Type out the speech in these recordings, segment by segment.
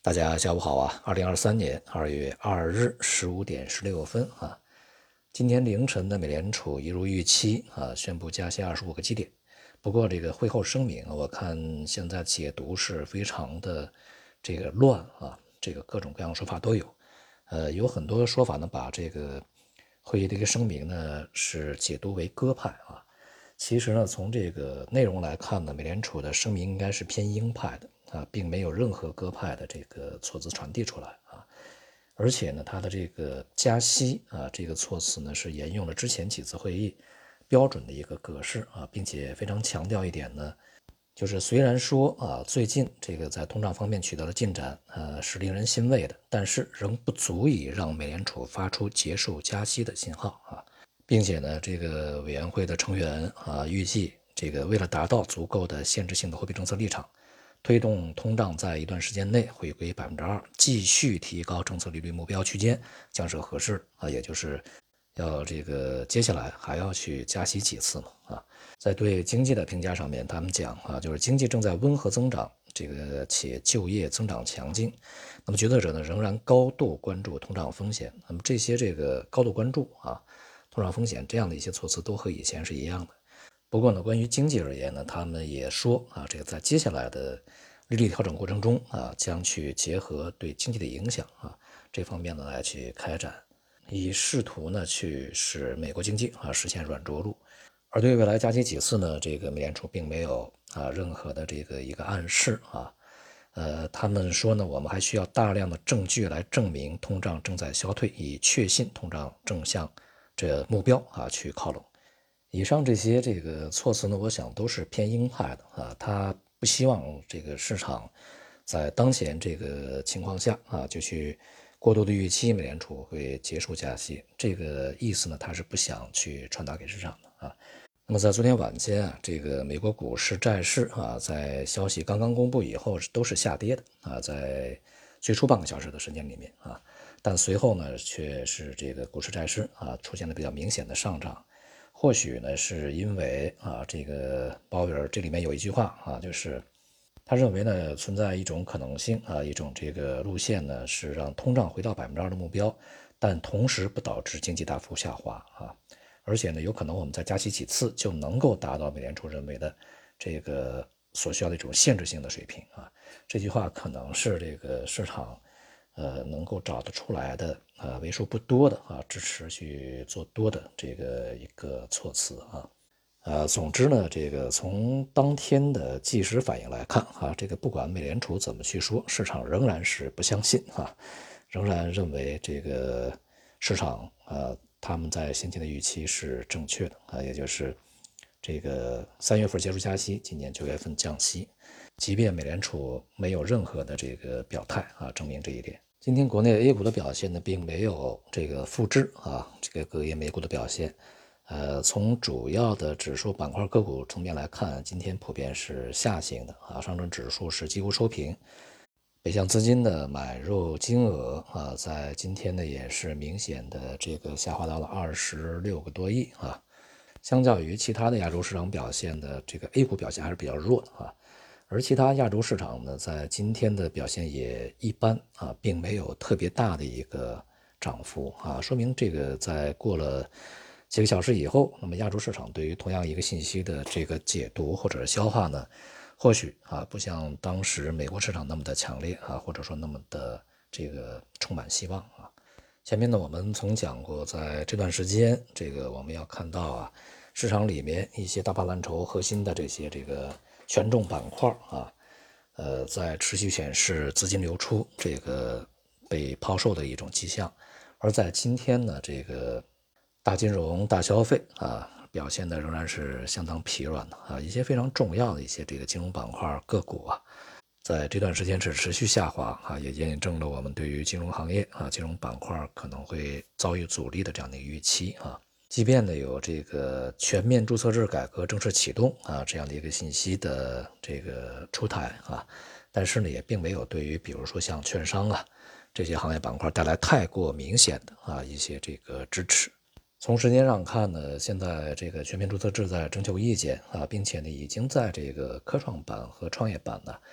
大家下午好啊，2023年2月2日15点16分啊，今天凌晨的美联储一如预期啊，宣布加息25个基点。不过这个会后声明，我看现在解读是非常的乱啊，这个各种各样的说法都有。有很多说法呢，把这个会议的一个声明呢是解读为鸽派啊。其实呢，从这个内容来看呢，美联储的声明应该是偏鹰派的啊，并没有任何鸽派的这个措辞传递出来啊。而且呢，它的这个加息啊，这个措辞呢是沿用了之前几次会议标准的一个格式啊，并且非常强调一点呢，就是虽然说啊，最近这个在通胀方面取得了进展，是令人欣慰的，但是仍不足以让美联储发出结束加息的信号啊。并且呢，这个委员会的成员啊，预计这个为了达到足够的限制性的货币政策立场，推动通胀在一段时间内回归2%，继续提高政策利率目标区间，将是合适的啊，也就是要这个接下来还要去加息几次嘛啊。在对经济的评价上面，他们讲啊，就是经济正在温和增长，这个且就业增长强劲。那么决策者呢，仍然高度关注通胀风险。那么这些这个高度关注啊。通胀风险这样的一些措辞都和以前是一样的。不过呢，关于经济而言呢，他们也说啊，这个在接下来的利率调整过程中啊，将去结合对经济的影响啊这方面呢来去开展，以试图呢去使美国经济啊实现软着陆。而对未来加息几次呢，这个美联储并没有任何的这个一个暗示啊。他们说呢，我们还需要大量的证据来证明通胀正在消退，以确信通胀正向这目标去靠拢。以上这些这个措辞呢，我想都是偏鹰派的啊，他不希望这个市场在当前这个情况下就去过度的预期美联储会结束加息，这个意思呢，他是不想去传达给市场的啊。那么在昨天晚间这个美国股市、债市在消息刚刚公布以后都是下跌的在最初半个小时的时间里面但随后呢，却是这个股市、债市出现了比较明显的上涨。或许呢，是因为这个鲍威尔这里面有一句话就是他认为呢，存在一种可能性一种这个路线呢，是让通胀回到2%的目标，但同时不导致经济大幅下滑而且呢，有可能我们再加息几次就能够达到美联储认为的这个所需要的一种限制性的水平这句话可能是这个市场能够找得出来的为数不多的支持去做多的这个一个措辞总之呢，这个从当天的即时反应来看这个不管美联储怎么去说，市场仍然是不相信仍然认为这个市场他们在先前的预期是正确的也就是这个3月份结束加息，今年9月份降息，即便美联储没有任何的这个表态证明这一点。今天国内 A 股的表现呢，并没有这个复制这个隔夜美股的表现。从主要的指数板块个股层面来看，今天普遍是下行的上证指数是几乎收平。北向资金的买入金额在今天呢也是明显的这个下滑到了26个多亿相较于其他的亚洲市场表现的这个 A 股表现还是比较弱的而其他亚洲市场呢，在今天的表现也一般并没有特别大的一个涨幅说明这个在过了几个小时以后，那么亚洲市场对于同样一个信息的这个解读或者消化呢，或许不像当时美国市场那么的强烈或者说那么的这个充满希望前面呢，我们曾讲过，在这段时间，这个我们要看到市场里面一些大盘蓝筹核心的这些这个权重板块在持续显示资金流出这个被抛售的一种迹象。而在今天呢，这个大金融、大消费表现的仍然是相当疲软的一些非常重要的一些这个金融板块个股在这段时间是持续下滑也验证了我们对于金融行业金融板块可能会遭遇阻力的这样的一个预期即便呢有这个全面注册制改革正式启动这样的一个信息的这个出台但是呢也并没有对于比如说像券商这些行业板块带来太过明显的一些这个支持。从时间上看呢，现在这个全面注册制在征求意见并且呢已经在这个科创板和创业板呢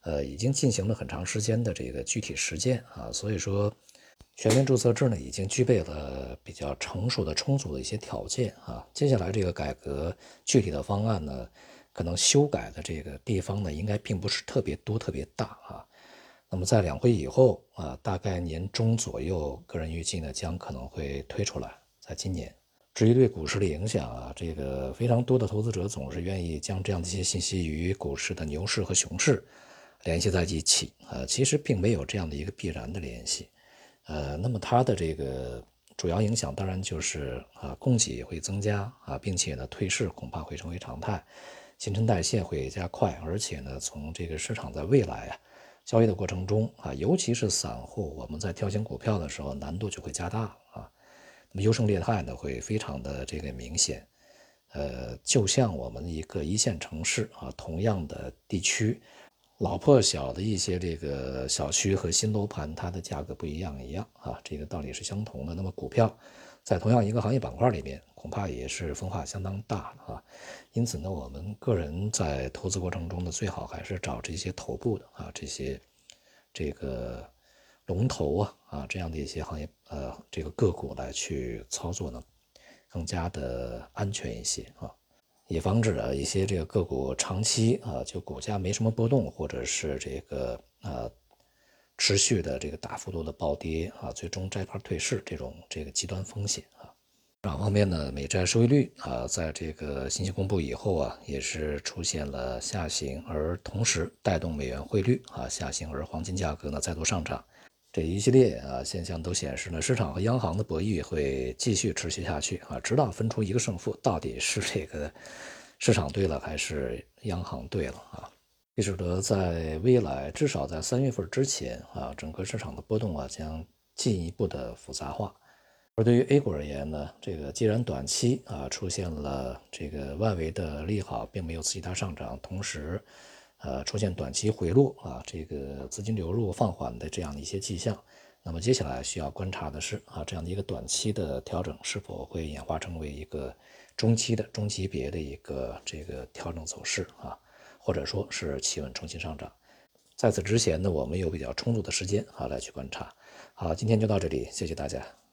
已经进行了很长时间的这个具体实践啊，所以说全面注册制呢已经具备了比较成熟的充足的一些条件啊。接下来这个改革具体的方案呢，可能修改的这个地方呢，应该并不是特别多、特别大啊。那么在两会以后啊，大概年中左右，个人预计呢将可能会推出来，在今年。至于对股市的影响啊，这个非常多的投资者总是愿意将这样的一些信息与股市的牛市和熊市联系在一起啊，其实并没有这样的一个必然的联系。那么它的这个主要影响当然就是供给也会增加啊，并且呢退市恐怕会成为常态，新陈代谢会加快，而且呢从这个市场在未来交易的过程中啊，尤其是散户，我们在挑选股票的时候难度就会加大啊。那么优胜劣汰呢会非常的这个明显，就像我们一个一线城市啊，同样的地区，老破小的一些这个小区和新楼盘，它的价格不一样啊，这个道理是相同的。那么股票在同样一个行业板块里面，恐怕也是分化相当大的啊。因此呢，我们个人在投资过程中呢，最好还是找这些头部的这些这个龙头这样的一些行业这个个股来去操作呢，更加的安全一些啊，以防止一些这个个股长期就股价没什么波动，或者是这个持续的这个大幅度的暴跌最终摘牌退市这个极端风险啊。市场方面呢，美债收益率在这个信息公布以后也是出现了下行，而同时带动美元汇率下行，而黄金价格呢再度上涨。这一系列现象都显示呢，市场和央行的博弈会继续持续下去直到分出一个胜负，到底是这个市场对了还是央行对了这使得在未来至少在3月份之前整个市场的波动将进一步的复杂化。而对于 A 股而言呢，这个既然短期出现了这个外围的利好，并没有刺激它上涨，同时出现短期回落这个资金流入放缓的这样的一些迹象，那么接下来需要观察的是这样的一个短期的调整是否会演化成为一个中期的中级别的一个这个调整走势或者说是企稳重新上涨。在此之前呢，我们有比较充足的时间来去观察。好，今天就到这里，谢谢大家。